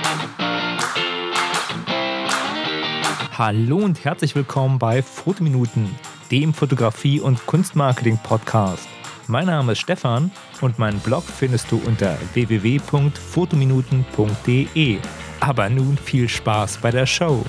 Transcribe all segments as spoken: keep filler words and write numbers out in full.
Hallo und herzlich willkommen bei Fotominuten, dem Fotografie- und Kunstmarketing-Podcast. Mein Name ist Stefan und meinen Blog findest du unter w w w punkt fotominuten punkt d e. Aber nun viel Spaß bei der Show.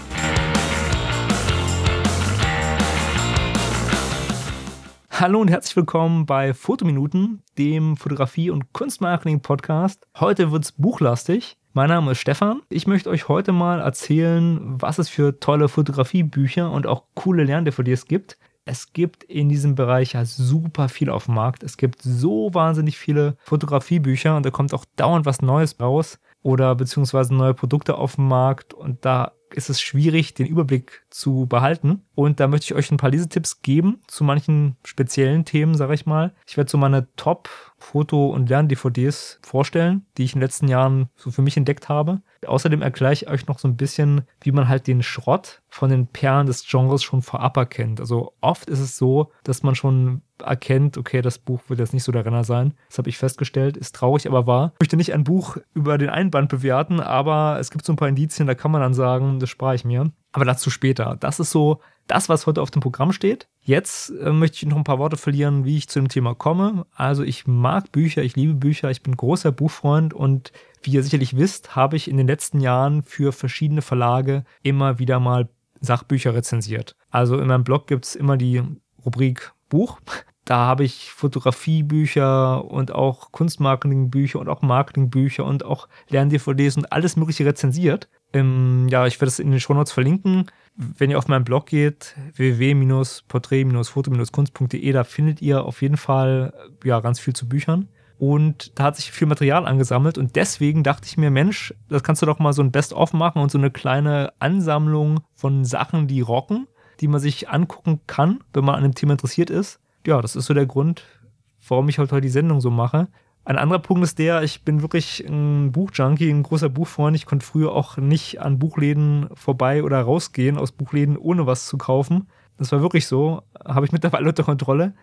Hallo und herzlich willkommen bei Fotominuten, dem Fotografie- und Kunstmarketing-Podcast. Heute wird's buchlastig. Mein Name ist Stefan. Ich möchte euch heute mal erzählen, was es für tolle Fotografiebücher und auch coole Lern-D V Ds gibt. Es gibt in diesem Bereich ja super viel auf dem Markt. Es gibt so wahnsinnig viele Fotografiebücher und da kommt auch dauernd was Neues raus oder beziehungsweise neue Produkte auf dem Markt und da ist es schwierig, den Überblick zu behalten. Und da möchte ich euch ein paar Lesetipps geben zu manchen speziellen Themen, sage ich mal. Ich werde so meine Top-Foto- und Lern-D V Ds vorstellen, die ich in den letzten Jahren so für mich entdeckt habe. Außerdem erkläre ich euch noch so ein bisschen, wie man halt den Schrott von den Perlen des Genres schon vorab erkennt. Also oft ist es so, dass man schon erkennt, okay, das Buch wird jetzt nicht so der Renner sein. Das habe ich festgestellt, ist traurig, aber wahr. Ich möchte nicht ein Buch über den Einband bewerten, aber es gibt so ein paar Indizien, da kann man dann sagen, das spare ich mir. Aber dazu später. Das ist so das, was heute auf dem Programm steht. Jetzt äh, möchte ich noch ein paar Worte verlieren, wie ich zu dem Thema komme. Also ich mag Bücher, ich liebe Bücher, ich bin großer Buchfreund und wie ihr sicherlich wisst, habe ich in den letzten Jahren für verschiedene Verlage immer wieder mal Sachbücher rezensiert. Also in meinem Blog gibt es immer die Rubrik Buch. Da habe ich Fotografiebücher und auch Kunstmarketingbücher und auch Marketingbücher und auch Lern-D V Ds und alles mögliche rezensiert. Ähm, ja, ich werde es in den Shownotes verlinken. Wenn ihr auf meinen Blog geht, w w w punkt porträt Bindestrich foto Bindestrich kunst punkt d e, da findet ihr auf jeden Fall ja, ganz viel zu Büchern. Und da hat sich viel Material angesammelt und deswegen dachte ich mir, Mensch, das kannst du doch mal so ein Best-of machen und so eine kleine Ansammlung von Sachen, die rocken, die man sich angucken kann, wenn man an dem Thema interessiert ist. Ja, das ist so der Grund, warum ich heute die Sendung so mache. Ein anderer Punkt ist der, ich bin wirklich ein Buchjunkie, ein großer Buchfreund. Ich konnte früher auch nicht an Buchläden vorbei oder rausgehen aus Buchläden, ohne was zu kaufen. Das war wirklich so, habe ich mittlerweile unter Kontrolle.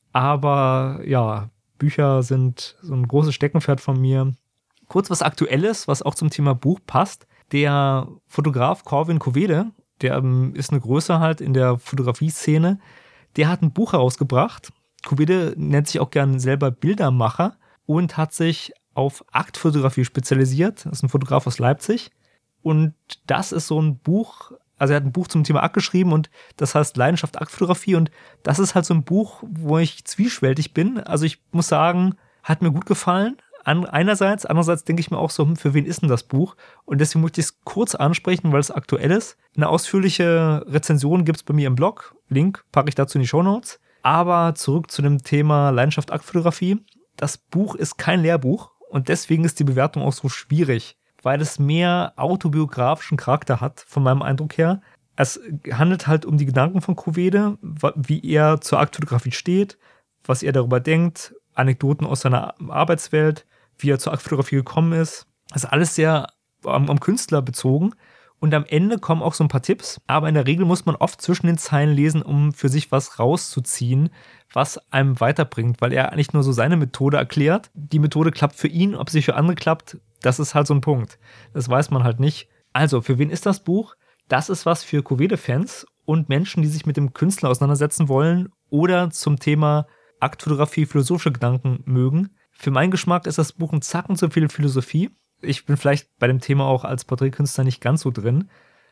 Aber ja, Bücher sind so ein großes Steckenpferd von mir. Kurz was Aktuelles, was auch zum Thema Buch passt. Der Fotograf Corvin Covede, der ist eine Größe halt in der Fotografie-Szene, der hat ein Buch herausgebracht. Covede nennt sich auch gern selber Bildermacher und hat sich auf Aktfotografie spezialisiert. Das ist ein Fotograf aus Leipzig. Und das ist so ein Buch, also er hat ein Buch zum Thema Akt geschrieben und das heißt Leidenschaft Aktfotografie. Und das ist halt so ein Buch, wo ich zwiespältig bin. Also ich muss sagen, hat mir gut gefallen. Einerseits, andererseits denke ich mir auch so, für wen ist denn das Buch? Und deswegen möchte ich es kurz ansprechen, weil es aktuell ist. Eine ausführliche Rezension gibt es bei mir im Blog. Link packe ich dazu in die Shownotes. Aber zurück zu dem Thema Leidenschaft Aktfotografie. Das Buch ist kein Lehrbuch und deswegen ist die Bewertung auch so schwierig, weil es mehr autobiografischen Charakter hat, von meinem Eindruck her. Es handelt halt um die Gedanken von Covede, wie er zur Aktfotografie steht, was er darüber denkt, Anekdoten aus seiner Arbeitswelt, wie er zur Aktfotografie gekommen ist. Das ist alles sehr am, am Künstler bezogen. Und am Ende kommen auch so ein paar Tipps. Aber in der Regel muss man oft zwischen den Zeilen lesen, um für sich was rauszuziehen, was einem weiterbringt. Weil er nicht nur so seine Methode erklärt. Die Methode klappt für ihn, ob sie für andere klappt, das ist halt so ein Punkt. Das weiß man halt nicht. Also, für wen ist das Buch? Das ist was für Covede-Fans und Menschen, die sich mit dem Künstler auseinandersetzen wollen oder zum Thema Aktfotografie philosophische Gedanken mögen. Für meinen Geschmack ist das Buch ein Zacken zu viel Philosophie. Ich bin vielleicht bei dem Thema auch als Porträtkünstler nicht ganz so drin.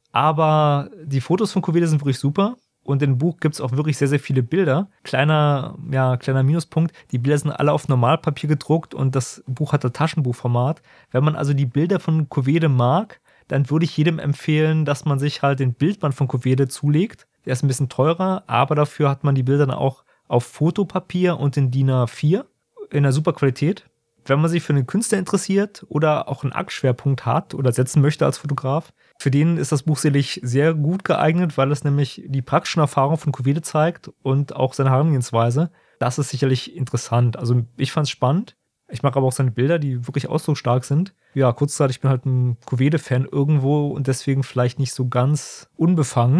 Aber die Fotos von Covede sind wirklich super. Und im Buch gibt es auch wirklich sehr, sehr viele Bilder. Kleiner, ja, kleiner Minuspunkt. Die Bilder sind alle auf Normalpapier gedruckt und das Buch hat ein Taschenbuchformat. Wenn man also die Bilder von Covede mag, dann würde ich jedem empfehlen, dass man sich halt den Bildband von Covede zulegt. Der ist ein bisschen teurer, aber dafür hat man die Bilder dann auch auf Fotopapier und in D I N A vier in einer super Qualität. Wenn man sich für einen Künstler interessiert oder auch einen Aktschwerpunkt hat oder setzen möchte als Fotograf, für den ist das Buch sicherlich sehr gut geeignet, weil es nämlich die praktischen Erfahrungen von Covede zeigt und auch seine Herangehensweise. Das ist sicherlich interessant. Also ich fand es spannend. Ich mag aber auch seine Bilder, die wirklich ausdrucksstark sind. Ja, kurzzeitig, ich bin halt ein Covede-Fan irgendwo und deswegen vielleicht nicht so ganz unbefangen.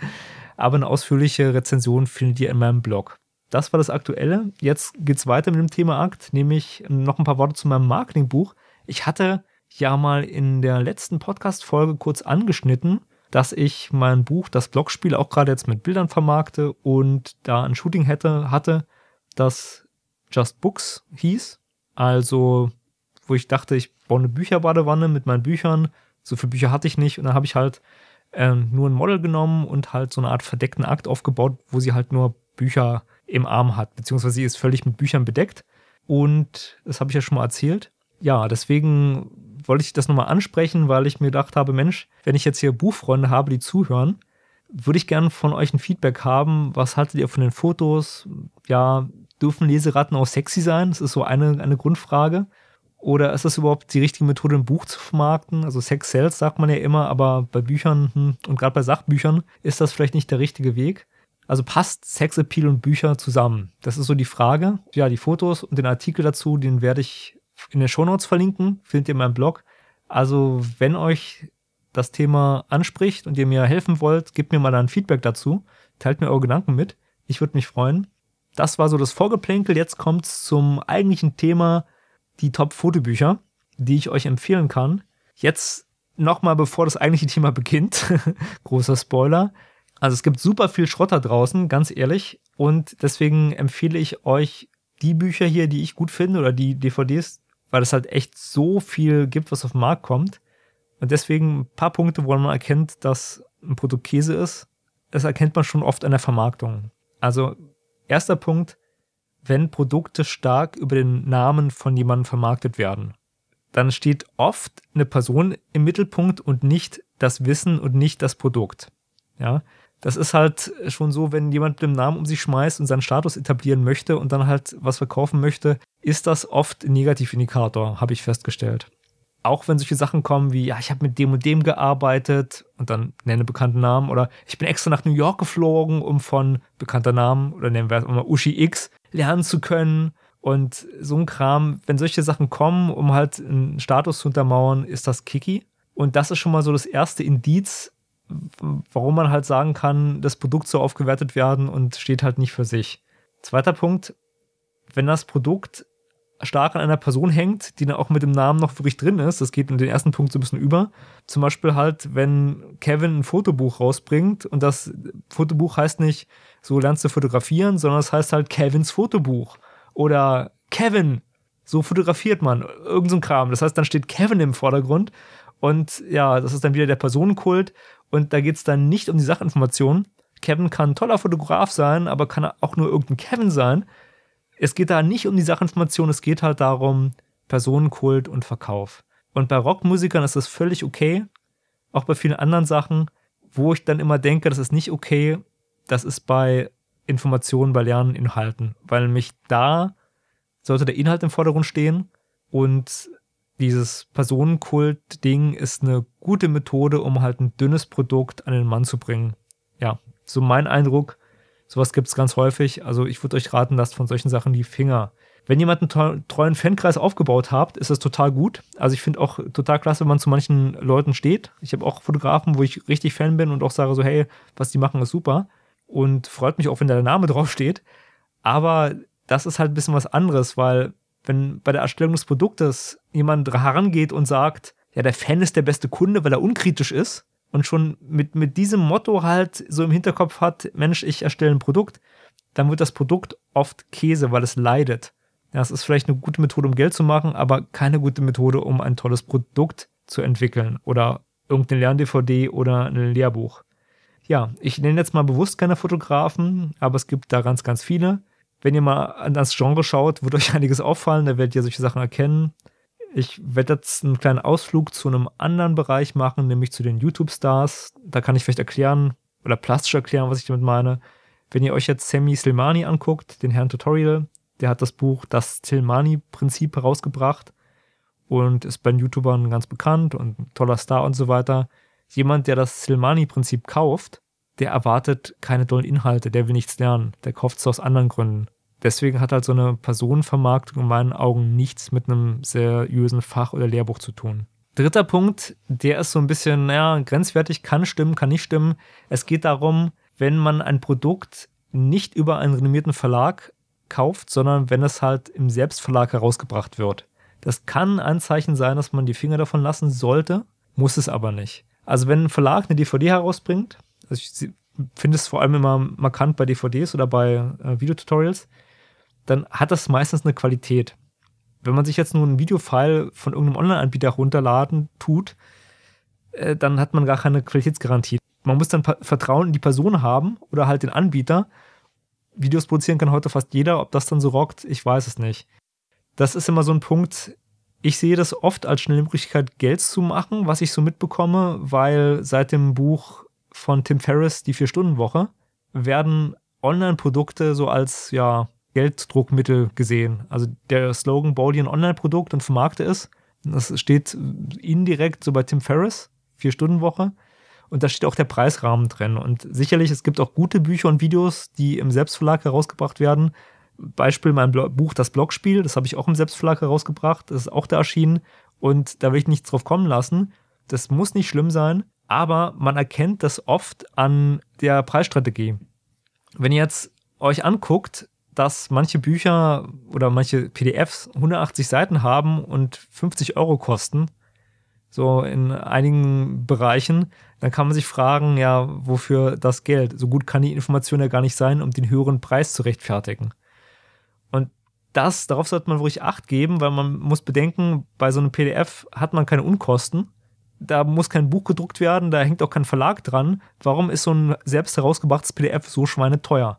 Aber eine ausführliche Rezension findet ihr in meinem Blog. Das war das Aktuelle. Jetzt geht's weiter mit dem Thema Akt, nämlich noch ein paar Worte zu meinem Marketingbuch. Ich hatte ja mal in der letzten Podcast-Folge kurz angeschnitten, dass ich mein Buch, das Blogspiel, auch gerade jetzt mit Bildern vermarkte und da ein Shooting hätte, hatte, das Just Books hieß. Also, wo ich dachte, ich baue eine Bücherbadewanne mit meinen Büchern. So viele Bücher hatte ich nicht. Und dann habe ich halt ähm, nur ein Model genommen und halt so eine Art verdeckten Akt aufgebaut, wo sie halt nur Bücher im Arm hat. Beziehungsweise sie ist völlig mit Büchern bedeckt. Und das habe ich ja schon mal erzählt. Ja, deswegen wollte ich das nochmal ansprechen, weil ich mir gedacht habe, Mensch, wenn ich jetzt hier Buchfreunde habe, die zuhören, würde ich gerne von euch ein Feedback haben. Was haltet ihr von den Fotos? Ja, dürfen Leseratten auch sexy sein? Das ist so eine, eine Grundfrage. Oder ist das überhaupt die richtige Methode, ein Buch zu vermarkten? Also Sex sells sagt man ja immer, aber bei Büchern hm, und gerade bei Sachbüchern ist das vielleicht nicht der richtige Weg. Also passt Sexappeal und Bücher zusammen? Das ist so die Frage. Ja, die Fotos und den Artikel dazu, den werde ich in den Shownotes verlinken, findet ihr in meinem Blog. Also wenn euch das Thema anspricht und ihr mir helfen wollt, gebt mir mal ein Feedback dazu. Teilt mir eure Gedanken mit. Ich würde mich freuen. Das war so das Vorgeplänkel. Jetzt kommt es zum eigentlichen Thema, die Top-Fotobücher, die ich euch empfehlen kann. Jetzt nochmal, bevor das eigentliche Thema beginnt, großer Spoiler. Also es gibt super viel Schrott da draußen, ganz ehrlich. Und deswegen empfehle ich euch die Bücher hier, die ich gut finde, oder die D V Ds, weil es halt echt so viel gibt, was auf den Markt kommt. Und deswegen ein paar Punkte, wo man erkennt, dass ein Produkt Käse ist. Das erkennt man schon oft an der Vermarktung. Also erster Punkt, wenn Produkte stark über den Namen von jemandem vermarktet werden, dann steht oft eine Person im Mittelpunkt und nicht das Wissen und nicht das Produkt. Ja, das ist halt schon so, wenn jemand mit dem Namen um sich schmeißt und seinen Status etablieren möchte und dann halt was verkaufen möchte, ist das oft ein Negativindikator, habe ich festgestellt. Auch wenn solche Sachen kommen wie, ja, ich habe mit dem und dem gearbeitet und dann nenne bekannten Namen, oder ich bin extra nach New York geflogen, um von bekannter Namen, oder nennen wir es mal Uschi X, lernen zu können. Und so ein Kram, wenn solche Sachen kommen, um halt einen Status zu untermauern, ist das kicky. Und das ist schon mal so das erste Indiz, warum man halt sagen kann, das Produkt soll aufgewertet werden und steht halt nicht für sich. Zweiter Punkt, wenn das Produkt stark an einer Person hängt, die dann auch mit dem Namen noch wirklich drin ist, das geht in den ersten Punkt so ein bisschen über. Zum Beispiel halt, wenn Kevin ein Fotobuch rausbringt und das Fotobuch heißt nicht, so lernst du fotografieren, sondern es heißt halt Kevins Fotobuch. Oder Kevin, so fotografiert man. Irgend so ein Kram. Das heißt, dann steht Kevin im Vordergrund und ja, das ist dann wieder der Personenkult und da geht es dann nicht um die Sachinformation. Kevin kann ein toller Fotograf sein, aber kann auch nur irgendein Kevin sein. Es geht da nicht um die Sachinformation, es geht halt darum, Personenkult und Verkauf. Und bei Rockmusikern ist das völlig okay, auch bei vielen anderen Sachen, wo ich dann immer denke, das ist nicht okay, das ist bei Informationen, bei Lerninhalten, weil nämlich da sollte der Inhalt im Vordergrund stehen und dieses Personenkult-Ding ist eine gute Methode, um halt ein dünnes Produkt an den Mann zu bringen. Ja, so mein Eindruck. Sowas gibt es ganz häufig. Also ich würde euch raten, lasst von solchen Sachen die Finger. Wenn jemand einen treuen Fankreis aufgebaut habt, ist das total gut. Also ich finde auch total klasse, wenn man zu manchen Leuten steht. Ich habe auch Fotografen, wo ich richtig Fan bin und auch sage so, hey, was die machen, ist super. Und freut mich auch, wenn da der Name draufsteht. Aber das ist halt ein bisschen was anderes, weil wenn bei der Erstellung des Produktes jemand herangeht und sagt, ja, der Fan ist der beste Kunde, weil er unkritisch ist, und schon mit, mit diesem Motto halt so im Hinterkopf hat, Mensch, ich erstelle ein Produkt, dann wird das Produkt oft Käse, weil es leidet. Ja, es ist vielleicht eine gute Methode, um Geld zu machen, aber keine gute Methode, um ein tolles Produkt zu entwickeln oder irgendeine Lern-D V D oder ein Lehrbuch. Ja, ich nenne jetzt mal bewusst keine Fotografen, aber es gibt da ganz, ganz viele. Wenn ihr mal an das Genre schaut, wird euch einiges auffallen, da werdet ihr solche Sachen erkennen. Ich werde jetzt einen kleinen Ausflug zu einem anderen Bereich machen, nämlich zu den YouTube-Stars. Da kann ich vielleicht erklären oder plastisch erklären, was ich damit meine. Wenn ihr euch jetzt Sammy Slimani anguckt, den Herrn Tutorial, der hat das Buch Das Slimani-Prinzip herausgebracht und ist bei den YouTubern ganz bekannt und ein toller Star und so weiter. Jemand, der das Slimani-Prinzip kauft, der erwartet keine tollen Inhalte, der will nichts lernen. Der kauft es aus anderen Gründen. Deswegen hat halt so eine Personenvermarktung in meinen Augen nichts mit einem seriösen Fach- oder Lehrbuch zu tun. Dritter Punkt, der ist so ein bisschen, naja, grenzwertig, kann stimmen, kann nicht stimmen. Es geht darum, wenn man ein Produkt nicht über einen renommierten Verlag kauft, sondern wenn es halt im Selbstverlag herausgebracht wird. Das kann ein Anzeichen sein, dass man die Finger davon lassen sollte, muss es aber nicht. Also wenn ein Verlag eine D V D herausbringt, also ich finde es vor allem immer markant bei D V Ds oder bei äh, Videotutorials, dann hat das meistens eine Qualität. Wenn man sich jetzt nur ein Videofile von irgendeinem Online-Anbieter runterladen tut, äh, dann hat man gar keine Qualitätsgarantie. Man muss dann pa- Vertrauen in die Person haben oder halt den Anbieter. Videos produzieren kann heute fast jeder. Ob das dann so rockt, ich weiß es nicht. Das ist immer so ein Punkt. Ich sehe das oft als schnelle Möglichkeit, Geld zu machen, was ich so mitbekomme, weil seit dem Buch von Tim Ferriss, die Vier-Stunden-Woche, werden Online-Produkte so als, ja, Gelddruckmittel gesehen. Also der Slogan, bau dir ein Online-Produkt und vermarkte es. Das steht indirekt so bei Tim Ferriss, Vier-Stunden-Woche. Und da steht auch der Preisrahmen drin. Und sicherlich, es gibt auch gute Bücher und Videos, die im Selbstverlag herausgebracht werden. Beispiel mein Buch Das Blockspiel, das habe ich auch im Selbstverlag herausgebracht. Das ist auch da erschienen. Und da will ich nichts drauf kommen lassen. Das muss nicht schlimm sein. Aber man erkennt das oft an der Preisstrategie. Wenn ihr jetzt euch anguckt, dass manche Bücher oder manche P D Fs hundertachtzig Seiten haben und fünfzig Euro kosten, so in einigen Bereichen, dann kann man sich fragen, ja, wofür das Geld? So gut kann die Information ja gar nicht sein, um den höheren Preis zu rechtfertigen. Und das, darauf sollte man wirklich Acht geben, weil man muss bedenken, bei so einem P D F hat man keine Unkosten. Da muss kein Buch gedruckt werden, da hängt auch kein Verlag dran. Warum ist so ein selbst herausgebrachtes P D F so schweineteuer?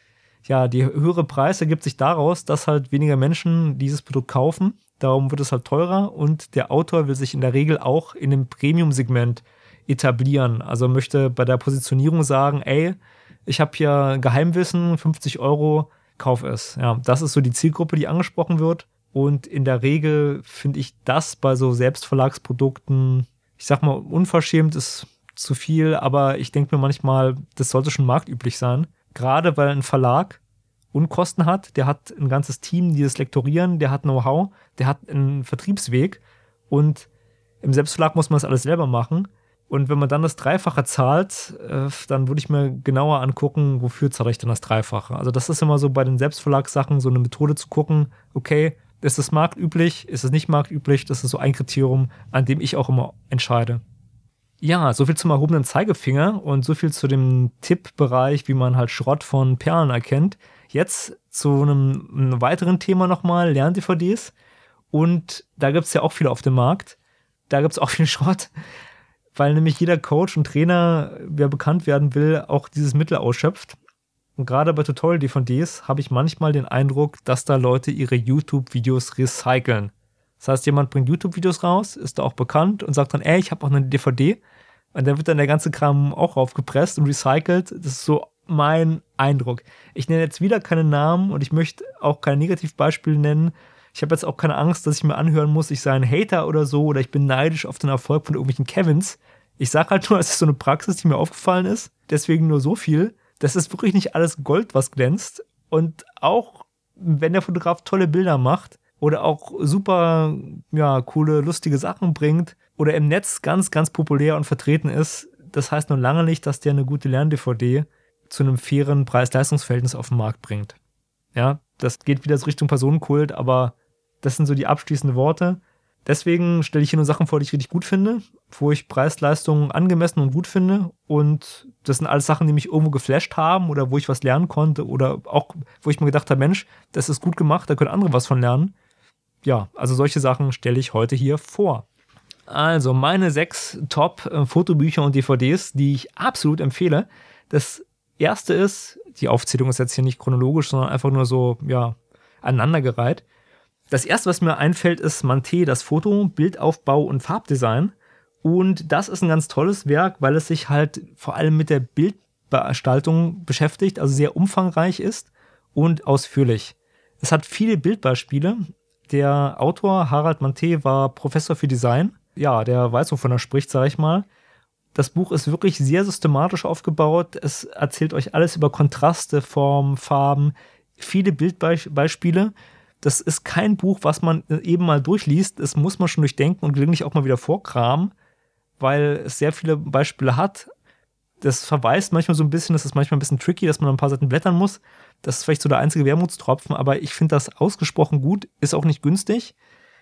Ja, die höhere Preis ergibt sich daraus, dass halt weniger Menschen dieses Produkt kaufen. Darum wird es halt teurer und der Autor will sich in der Regel auch in dem Premium-Segment etablieren. Also möchte bei der Positionierung sagen, ey, ich habe hier Geheimwissen, fünfzig Euro, kauf es. Ja, das ist so die Zielgruppe, die angesprochen wird. Und in der Regel finde ich das bei so Selbstverlagsprodukten, ich sag mal, unverschämt ist zu viel, aber ich denke mir manchmal, das sollte schon marktüblich sein. Gerade weil ein Verlag Unkosten hat, der hat ein ganzes Team, die das lektorieren, der hat Know-how, der hat einen Vertriebsweg und im Selbstverlag muss man das alles selber machen. Und wenn man dann das Dreifache zahlt, äh, dann würde ich mir genauer angucken, wofür zahle ich denn das Dreifache. Also das ist immer so bei den Selbstverlagssachen so eine Methode zu gucken, okay, ist es marktüblich, ist es nicht marktüblich, das ist so ein Kriterium, an dem ich auch immer entscheide. Ja, so viel zum erhobenen Zeigefinger und so viel zu dem Tippbereich, wie man halt Schrott von Perlen erkennt. Jetzt zu einem, einem weiteren Thema nochmal, Lern-D V Ds. Und da gibt es ja auch viele auf dem Markt. Da gibt es auch viel Schrott, weil nämlich jeder Coach und Trainer, wer bekannt werden will, auch dieses Mittel ausschöpft. Und gerade bei Tutorial-D V Ds habe ich manchmal den Eindruck, dass da Leute ihre YouTube-Videos recyceln. Das heißt, jemand bringt YouTube-Videos raus, ist da auch bekannt und sagt dann, ey, ich habe auch eine D V D. Und dann wird dann der ganze Kram auch raufgepresst und recycelt. Das ist so mein Eindruck. Ich nenne jetzt wieder keine Namen und ich möchte auch kein Negativbeispiel nennen. Ich habe jetzt auch keine Angst, dass ich mir anhören muss, ich sei ein Hater oder so oder ich bin neidisch auf den Erfolg von irgendwelchen Kevins. Ich sage halt nur, es ist so eine Praxis, die mir aufgefallen ist. Deswegen nur so viel. Das ist wirklich nicht alles Gold, was glänzt. Und auch wenn der Fotograf tolle Bilder macht oder auch super, ja, coole, lustige Sachen bringt oder im Netz ganz, ganz populär und vertreten ist, das heißt noch lange nicht, dass der eine gute Lern-D V D zu einem fairen Preis-Leistungs-Verhältnis auf den Markt bringt. Ja, das geht wieder so Richtung Personenkult, aber das sind so die abschließenden Worte. Deswegen stelle ich hier nur Sachen vor, die ich richtig gut finde, wo ich Preis-Leistung angemessen und gut finde. Und das sind alles Sachen, die mich irgendwo geflasht haben oder wo ich was lernen konnte oder auch, wo ich mir gedacht habe, Mensch, das ist gut gemacht, da können andere was von lernen. Ja, also solche Sachen stelle ich heute hier vor. Also meine sechs Top-Fotobücher und D V Ds, die ich absolut empfehle. Das erste ist, die Aufzählung ist jetzt hier nicht chronologisch, sondern einfach nur so, ja, aneinandergereiht. Das erste, was mir einfällt, ist Manté, das Foto, Bildaufbau und Farbdesign. Und das ist ein ganz tolles Werk, weil es sich halt vor allem mit der Bildgestaltung beschäftigt, also sehr umfangreich ist und ausführlich. Es hat viele Bildbeispiele. Der Autor Harald Manté war Professor für Design. Ja, der weiß, wovon er spricht, sage ich mal. Das Buch ist wirklich sehr systematisch aufgebaut. Es erzählt euch alles über Kontraste, Formen, Farben, viele Bildbeispiele. Das ist kein Buch, was man eben mal durchliest. Das muss man schon durchdenken und gelegentlich auch mal wieder vorkramen, weil es sehr viele Beispiele hat. Das verweist manchmal so ein bisschen, das ist manchmal ein bisschen tricky, dass man ein paar Seiten blättern muss. Das ist vielleicht so der einzige Wermutstropfen, aber ich finde das ausgesprochen gut, ist auch nicht günstig.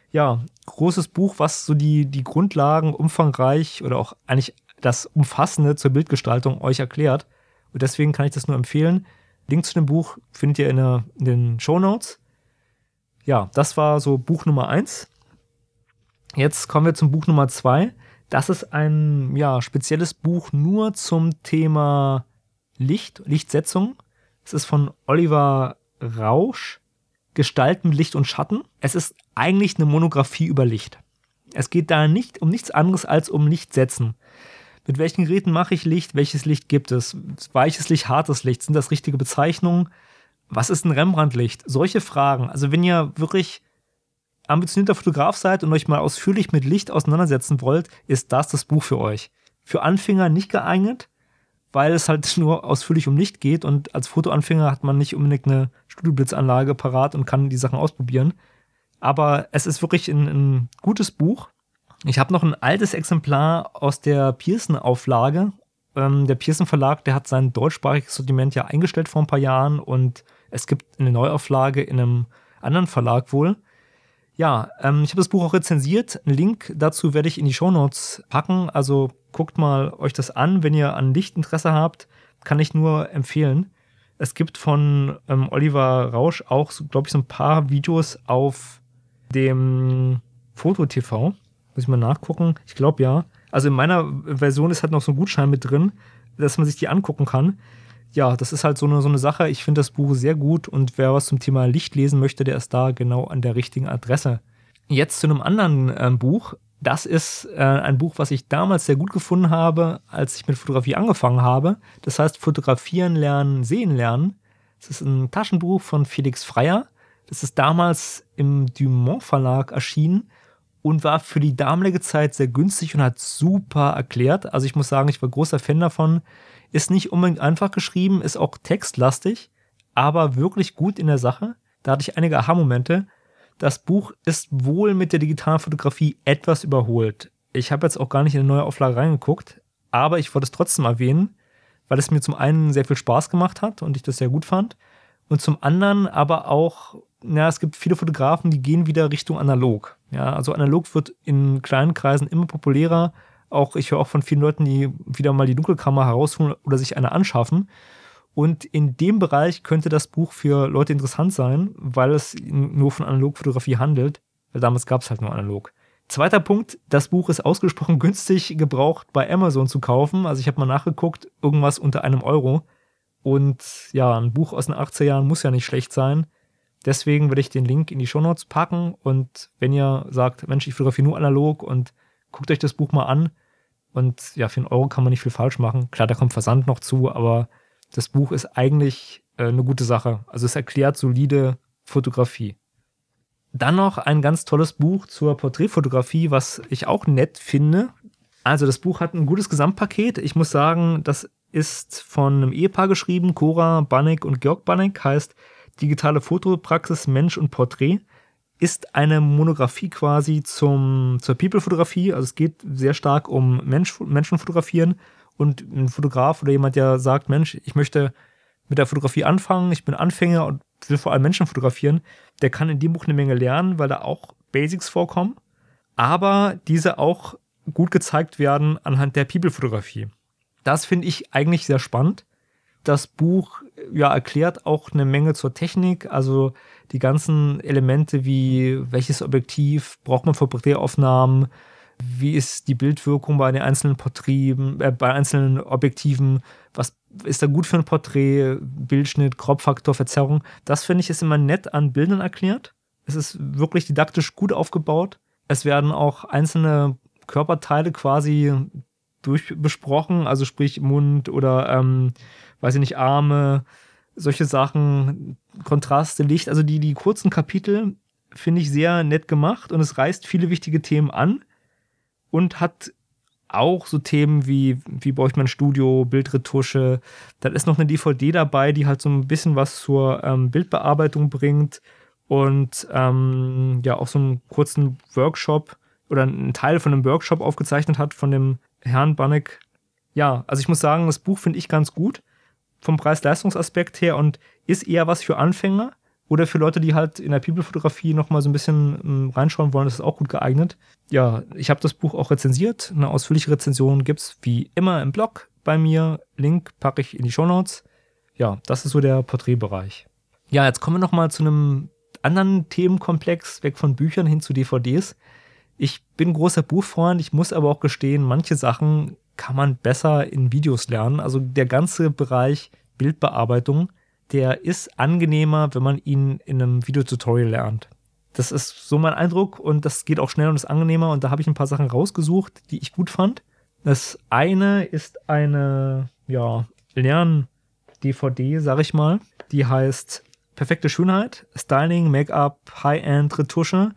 Ja, großes Buch, was so die, die Grundlagen umfangreich oder auch eigentlich das Umfassende zur Bildgestaltung euch erklärt. Und deswegen kann ich das nur empfehlen. Link zu dem Buch findet ihr in, der, in den Shownotes. Ja, das war so Buch Nummer eins. Jetzt kommen wir zum Buch Nummer zwei. Das ist ein ja, spezielles Buch nur zum Thema Licht, Lichtsetzung. Es ist von Oliver Rausch, Gestalten, Licht und Schatten. Es ist eigentlich eine Monographie über Licht. Es geht da nicht um nichts anderes als um Lichtsetzen. Mit welchen Geräten mache ich Licht? Welches Licht gibt es? Weiches Licht, hartes Licht? Sind das richtige Bezeichnungen? Was ist ein Rembrandt-Licht? Solche Fragen. Also wenn ihr wirklich ambitionierter Fotograf seid und euch mal ausführlich mit Licht auseinandersetzen wollt, ist das das Buch für euch. Für Anfänger nicht geeignet, weil es halt nur ausführlich um Licht geht und als Fotoanfänger hat man nicht unbedingt eine Studioblitzanlage parat und kann die Sachen ausprobieren. Aber es ist wirklich ein, ein gutes Buch. Ich habe noch ein altes Exemplar aus der Pearson-Auflage. Ähm, der Pearson-Verlag, der hat sein deutschsprachiges Sortiment ja eingestellt vor ein paar Jahren und es gibt eine Neuauflage in einem anderen Verlag wohl. Ja, ähm, ich habe das Buch auch rezensiert. Einen Link dazu werde ich in die Shownotes packen. Also guckt mal euch das an, wenn ihr an Licht Interesse habt. Kann ich nur empfehlen. Es gibt von ähm, Oliver Rausch auch, so, glaube ich, so ein paar Videos auf dem Foto-T V. Muss ich mal nachgucken. Ich glaube ja. Also in meiner Version ist halt noch so ein Gutschein mit drin, dass man sich die angucken kann. Ja, das ist halt so eine, so eine Sache. Ich finde das Buch sehr gut und wer was zum Thema Licht lesen möchte, der ist da genau an der richtigen Adresse. Jetzt zu einem anderen äh, Buch. Das ist äh, ein Buch, was ich damals sehr gut gefunden habe, als ich mit Fotografie angefangen habe. Das heißt Fotografieren lernen, sehen lernen. Das ist ein Taschenbuch von Felix Freyer. Das ist damals im Dumont Verlag erschienen und war für die damalige Zeit sehr günstig und hat super erklärt. Also ich muss sagen, ich war großer Fan davon. Ist nicht unbedingt einfach geschrieben, ist auch textlastig, aber wirklich gut in der Sache. Da hatte ich einige Aha-Momente. Das Buch ist wohl mit der digitalen Fotografie etwas überholt. Ich habe jetzt auch gar nicht in eine neue Auflage reingeguckt, aber ich wollte es trotzdem erwähnen, weil es mir zum einen sehr viel Spaß gemacht hat und ich das sehr gut fand. Und zum anderen aber auch, ja, es gibt viele Fotografen, die gehen wieder Richtung analog. Ja, also analog wird in kleinen Kreisen immer populärer. Auch ich höre auch von vielen Leuten, die wieder mal die Dunkelkammer herausholen oder sich eine anschaffen. Und in dem Bereich könnte das Buch für Leute interessant sein, weil es nur von Analogfotografie handelt. Weil damals gab es halt nur analog. Zweiter Punkt, das Buch ist ausgesprochen günstig gebraucht bei Amazon zu kaufen. Also ich habe mal nachgeguckt, irgendwas unter einem Euro. Und ja, ein Buch aus den achtziger Jahren muss ja nicht schlecht sein. Deswegen werde ich den Link in die Shownotes packen. Und wenn ihr sagt, Mensch, ich fotografiere nur analog und guckt euch das Buch mal an. Und ja, für einen Euro kann man nicht viel falsch machen. Klar, da kommt Versand noch zu, aber das Buch ist eigentlich äh, eine gute Sache. Also es erklärt solide Fotografie. Dann noch ein ganz tolles Buch zur Porträtfotografie, was ich auch nett finde. Also das Buch hat ein gutes Gesamtpaket. Ich muss sagen, das ist von einem Ehepaar geschrieben, Cora Banneck und Georg Banneck, heißt Digitale Fotopraxis, Mensch und Porträt. Ist eine Monographie quasi zum, zur People-Fotografie. Also es geht sehr stark um Mensch, Menschen fotografieren. Und ein Fotograf oder jemand, der sagt, Mensch, ich möchte mit der Fotografie anfangen, ich bin Anfänger und will vor allem Menschen fotografieren, der kann in dem Buch eine Menge lernen, weil da auch Basics vorkommen, aber diese auch gut gezeigt werden anhand der People-Fotografie. Das finde ich eigentlich sehr spannend. Das Buch ja, erklärt auch eine Menge zur Technik, also die ganzen Elemente wie welches Objektiv braucht man für Porträtaufnahmen, wie ist die Bildwirkung bei den einzelnen Porträten, äh, bei einzelnen Objektiven, was ist da gut für ein Porträt, Bildschnitt, Kropffaktor, Verzerrung. Das finde ich ist immer nett an Bildern erklärt. Es ist wirklich didaktisch gut aufgebaut. Es werden auch einzelne Körperteile quasi durchbesprochen, also sprich Mund oder ähm, weiß ich nicht, Arme, solche Sachen, Kontraste, Licht, also die, die kurzen Kapitel finde ich sehr nett gemacht und es reißt viele wichtige Themen an und hat auch so Themen wie, wie baue ich mein Studio, Bildretusche, dann ist noch eine D V D dabei, die halt so ein bisschen was zur ähm, Bildbearbeitung bringt und ähm, ja auch so einen kurzen Workshop oder einen Teil von einem Workshop aufgezeichnet hat von dem Herrn Banneck. Ja, also ich muss sagen, das Buch finde ich ganz gut vom Preis-Leistungs-Aspekt her und ist eher was für Anfänger, Oder für Leute, die halt in der People-Fotografie nochmal so ein bisschen ähm, reinschauen wollen, ist es auch gut geeignet. Ja, ich habe das Buch auch rezensiert. Eine ausführliche Rezension gibt es wie immer im Blog bei mir. Link packe ich in die Shownotes. Ja, das ist so der Porträtbereich. Ja, jetzt kommen wir nochmal zu einem anderen Themenkomplex, weg von Büchern hin zu D V Ds. Ich bin großer Buchfreund, ich muss aber auch gestehen, manche Sachen kann man besser in Videos lernen. Also der ganze Bereich Bildbearbeitung, der ist angenehmer, wenn man ihn in einem Videotutorial lernt. Das ist so mein Eindruck und das geht auch schnell und ist angenehmer und da habe ich ein paar Sachen rausgesucht, die ich gut fand. Das eine ist eine, ja, Lern-D V D, sag ich mal. Die heißt Perfekte Schönheit, Styling, Make-up, High-End Retusche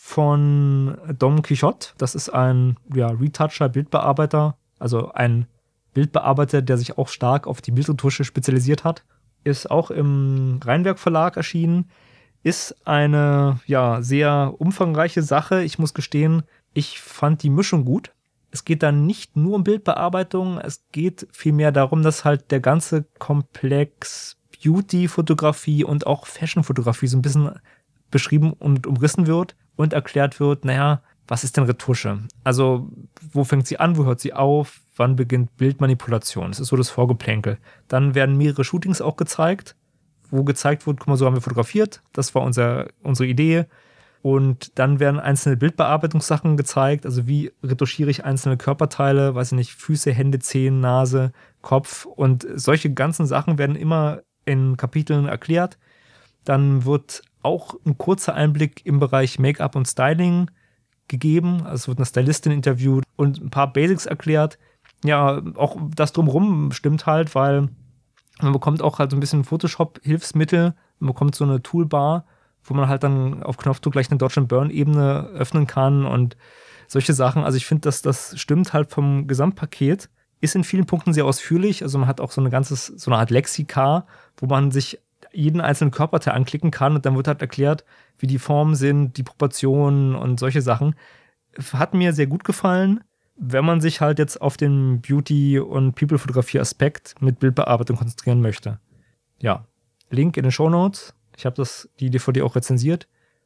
von Dom Quixote. Das ist ein, ja, Retoucher, Bildbearbeiter, also ein Bildbearbeiter, der sich auch stark auf die Bildretusche spezialisiert hat. Ist auch im Rheinwerk Verlag erschienen. Ist eine, ja, sehr umfangreiche Sache. Ich muss gestehen, ich fand die Mischung gut. Es geht dann nicht nur um Bildbearbeitung, es geht vielmehr darum, dass halt der ganze Komplex Beauty-Fotografie und auch Fashion-Fotografie so ein bisschen beschrieben und umrissen wird und erklärt wird, naja, was ist denn Retusche? Also, wo fängt sie an, wo hört sie auf, wann beginnt Bildmanipulation? Das ist so das Vorgeplänkel. Dann werden mehrere Shootings auch gezeigt, wo gezeigt wird, guck mal, so haben wir fotografiert, das war unser, unsere Idee. Und dann werden einzelne Bildbearbeitungssachen gezeigt, also wie retuschiere ich einzelne Körperteile, weiß ich nicht, Füße, Hände, Zehen, Nase, Kopf und solche ganzen Sachen werden immer in Kapiteln erklärt. Dann wird auch ein kurzer Einblick im Bereich Make-up und Styling gegeben, also es wird eine Stylistin interviewt und ein paar Basics erklärt. Ja, auch das Drumherum stimmt halt, weil man bekommt auch halt so ein bisschen Photoshop-Hilfsmittel, man bekommt so eine Toolbar, wo man halt dann auf Knopfdruck gleich eine Dodge and Burn-Ebene öffnen kann und solche Sachen. Also ich finde, dass das stimmt halt vom Gesamtpaket. Ist in vielen Punkten sehr ausführlich. Also man hat auch so eine ganze, so eine Art Lexika, wo man sich jeden einzelnen Körperteil anklicken kann und dann wird halt erklärt, wie die Formen sind, die Proportionen und solche Sachen. Hat mir sehr gut gefallen, wenn man sich halt jetzt auf den Beauty- und People-Fotografie-Aspekt mit Bildbearbeitung konzentrieren möchte. Ja, Link in den Shownotes. Ich habe das die D V D auch rezensiert.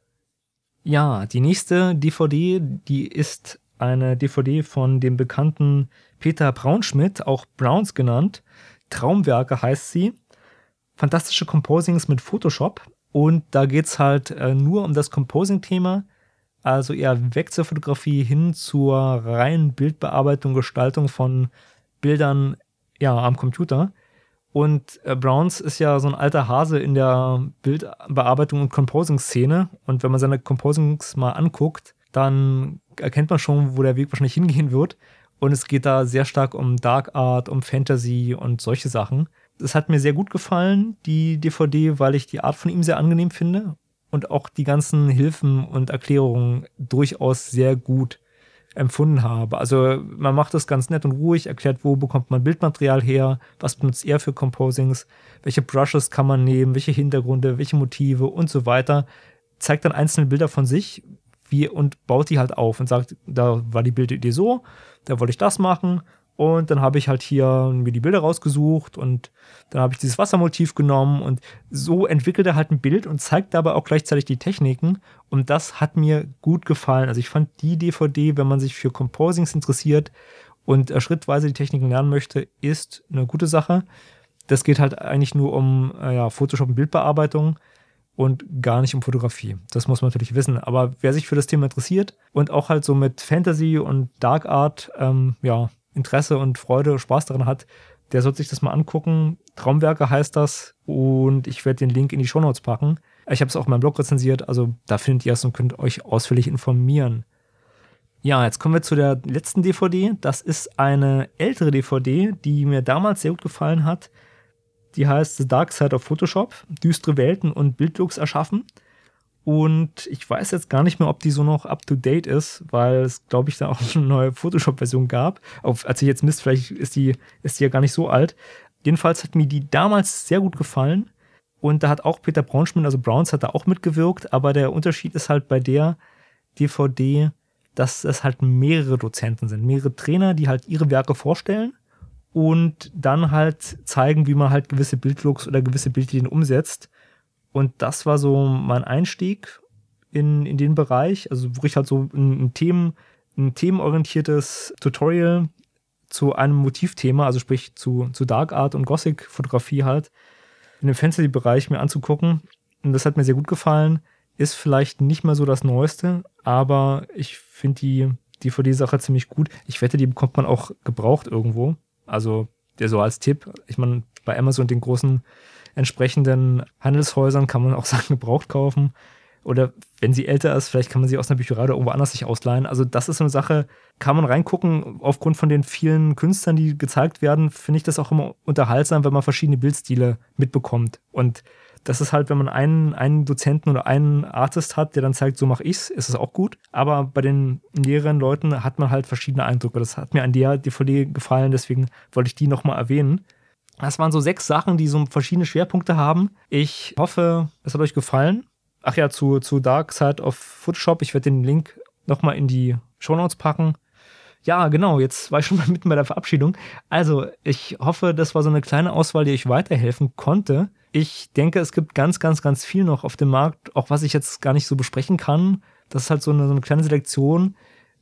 Ja, die nächste D V D, die ist eine D V D von dem bekannten Peter Braunschmidt, auch Browns genannt. Traumwerke heißt sie. Fantastische Composings mit Photoshop. Und da geht es halt äh, nur um das Composing-Thema. Also eher weg zur Fotografie hin zur reinen Bildbearbeitung, Gestaltung von Bildern, ja, am Computer. Und äh, Browns ist ja so ein alter Hase in der Bildbearbeitung und Composing-Szene. Und wenn man seine Composings mal anguckt, dann erkennt man schon, wo der Weg wahrscheinlich hingehen wird. Und es geht da sehr stark um Dark Art, um Fantasy und solche Sachen. Es hat mir sehr gut gefallen, die D V D, weil ich die Art von ihm sehr angenehm finde. Und auch die ganzen Hilfen und Erklärungen durchaus sehr gut empfunden habe. Also man macht das ganz nett und ruhig, erklärt, wo bekommt man Bildmaterial her, was benutzt er für Composings, welche Brushes kann man nehmen, welche Hintergründe, welche Motive und so weiter. Zeigt dann einzelne Bilder von sich wie, und baut die halt auf und sagt, da war die Bildidee so, da wollte ich das machen und dann habe ich halt hier mir die Bilder rausgesucht und dann habe ich dieses Wassermotiv genommen und so entwickelt er halt ein Bild und zeigt dabei auch gleichzeitig die Techniken und das hat mir gut gefallen. Also ich fand die D V D, wenn man sich für Composings interessiert und äh, schrittweise die Techniken lernen möchte, ist eine gute Sache. Das geht halt eigentlich nur um äh, ja, Photoshop und Bildbearbeitung und gar nicht um Fotografie. Das muss man natürlich wissen. Aber wer sich für das Thema interessiert und auch halt so mit Fantasy und Dark Art ähm, ja, Interesse und Freude und Spaß daran hat, der sollte sich das mal angucken. Traumwerke heißt das und ich werde den Link in die Shownotes packen. Ich habe es auch in meinem Blog rezensiert, also da findet ihr es und könnt euch ausführlich informieren. Ja, jetzt kommen wir zu der letzten D V D. Das ist eine ältere D V D, die mir damals sehr gut gefallen hat. Die heißt The Dark Side of Photoshop, düstere Welten und Bildlooks erschaffen. Und ich weiß jetzt gar nicht mehr, ob die so noch up-to-date ist, weil es, glaube ich, da auch eine neue Photoshop-Version gab. Auf, als ich jetzt misst, vielleicht ist die, ist die ja gar nicht so alt. Jedenfalls hat mir die damals sehr gut gefallen. Und da hat auch Peter Braunschmidt, also Browns, hat da auch mitgewirkt. Aber der Unterschied ist halt bei der D V D, dass es halt mehrere Dozenten sind. Mehrere Trainer, die halt ihre Werke vorstellen und dann halt zeigen, wie man halt gewisse Bildlooks oder gewisse Bildlinien umsetzt. Und das war so mein Einstieg in, in den Bereich, also wirklich halt so ein, ein, Themen, ein themenorientiertes Tutorial zu einem Motivthema, also sprich zu, zu Dark Art und Gothic-Fotografie halt, in dem Fantasy-Bereich mir anzugucken. Und das hat mir sehr gut gefallen. Ist vielleicht nicht mehr so das Neueste, aber ich finde die D V D-Sache ziemlich gut. Ich wette, die bekommt man auch gebraucht irgendwo. Also der so als Tipp. Ich meine, bei Amazon, den großen entsprechenden Handelshäusern, kann man auch Sachen gebraucht kaufen. Oder wenn sie älter ist, vielleicht kann man sie aus einer Bücherei oder irgendwo anders sich ausleihen. Also das ist so eine Sache, kann man reingucken. Aufgrund von den vielen Künstlern, die gezeigt werden, finde ich das auch immer unterhaltsam, wenn man verschiedene Bildstile mitbekommt. Und das ist halt, wenn man einen, einen Dozenten oder einen Artist hat, der dann zeigt, so mache ich's, ist es auch gut. Aber bei den mehreren Leuten hat man halt verschiedene Eindrücke. Das hat mir an der D V D gefallen, deswegen wollte ich die nochmal erwähnen. Das waren so sechs Sachen, die so verschiedene Schwerpunkte haben. Ich hoffe, es hat euch gefallen. Ach ja, zu, zu Dark Side of Photoshop. Ich werde den Link nochmal in die Shownotes packen. Ja, genau, jetzt war ich schon mal mitten bei der Verabschiedung. Also, ich hoffe, das war so eine kleine Auswahl, die euch weiterhelfen konnte. Ich denke, es gibt ganz, ganz, ganz viel noch auf dem Markt, auch was ich jetzt gar nicht so besprechen kann. Das ist halt so eine, so eine kleine Selektion,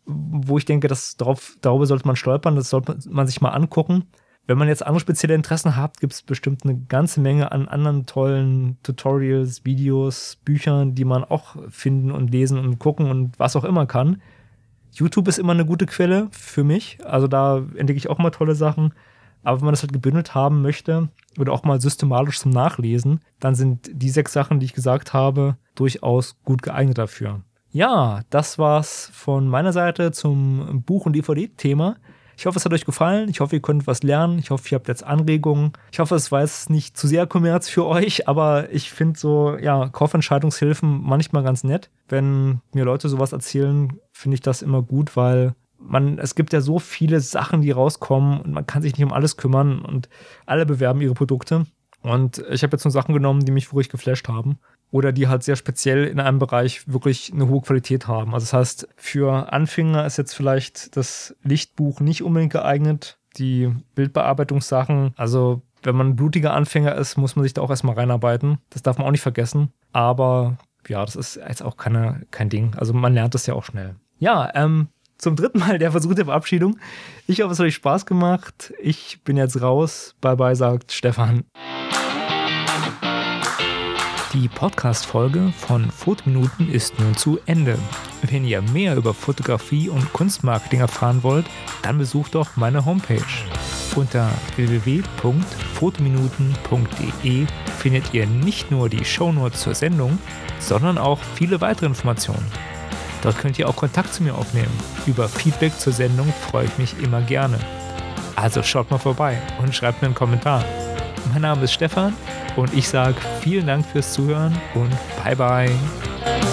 wo ich denke, dass darauf, darüber sollte man stolpern, das sollte man sich mal angucken. Wenn man jetzt andere spezielle Interessen hat, gibt es bestimmt eine ganze Menge an anderen tollen Tutorials, Videos, Büchern, die man auch finden und lesen und gucken und was auch immer kann. YouTube ist immer eine gute Quelle für mich. Also da entdecke ich auch mal tolle Sachen. Aber wenn man das halt gebündelt haben möchte oder auch mal systematisch zum Nachlesen, dann sind die sechs Sachen, die ich gesagt habe, durchaus gut geeignet dafür. Ja, das war's von meiner Seite zum Buch- und D V D-Thema. Ich hoffe, es hat euch gefallen. Ich hoffe, ihr könnt was lernen. Ich hoffe, ihr habt jetzt Anregungen. Ich hoffe, es war jetzt nicht zu sehr Kommerz für euch, aber ich finde so, ja, Kaufentscheidungshilfen manchmal ganz nett. Wenn mir Leute sowas erzählen, finde ich das immer gut, weil man, es gibt ja so viele Sachen, die rauskommen und man kann sich nicht um alles kümmern und alle bewerben ihre Produkte. Und ich habe jetzt nur Sachen genommen, die mich wirklich geflasht haben. Oder die halt sehr speziell in einem Bereich wirklich eine hohe Qualität haben. Also das heißt, für Anfänger ist jetzt vielleicht das Lichtbuch nicht unbedingt geeignet. Die Bildbearbeitungssachen, also wenn man ein blutiger Anfänger ist, muss man sich da auch erstmal reinarbeiten. Das darf man auch nicht vergessen. Aber ja, das ist jetzt auch keine, kein Ding. Also man lernt das ja auch schnell. Ja, ähm, zum dritten Mal der Versuch der Verabschiedung. Ich hoffe, es hat euch Spaß gemacht. Ich bin jetzt raus. Bye bye, sagt Stefan. Die Podcast-Folge von Fotominuten ist nun zu Ende. Wenn ihr mehr über Fotografie und Kunstmarketing erfahren wollt, dann besucht doch meine Homepage. Unter w w w punkt fotominuten punkt de findet ihr nicht nur die Shownotes zur Sendung, sondern auch viele weitere Informationen. Dort könnt ihr auch Kontakt zu mir aufnehmen. Über Feedback zur Sendung freue ich mich immer gerne. Also schaut mal vorbei und schreibt mir einen Kommentar. Mein Name ist Stefan und ich sage vielen Dank fürs Zuhören und bye bye.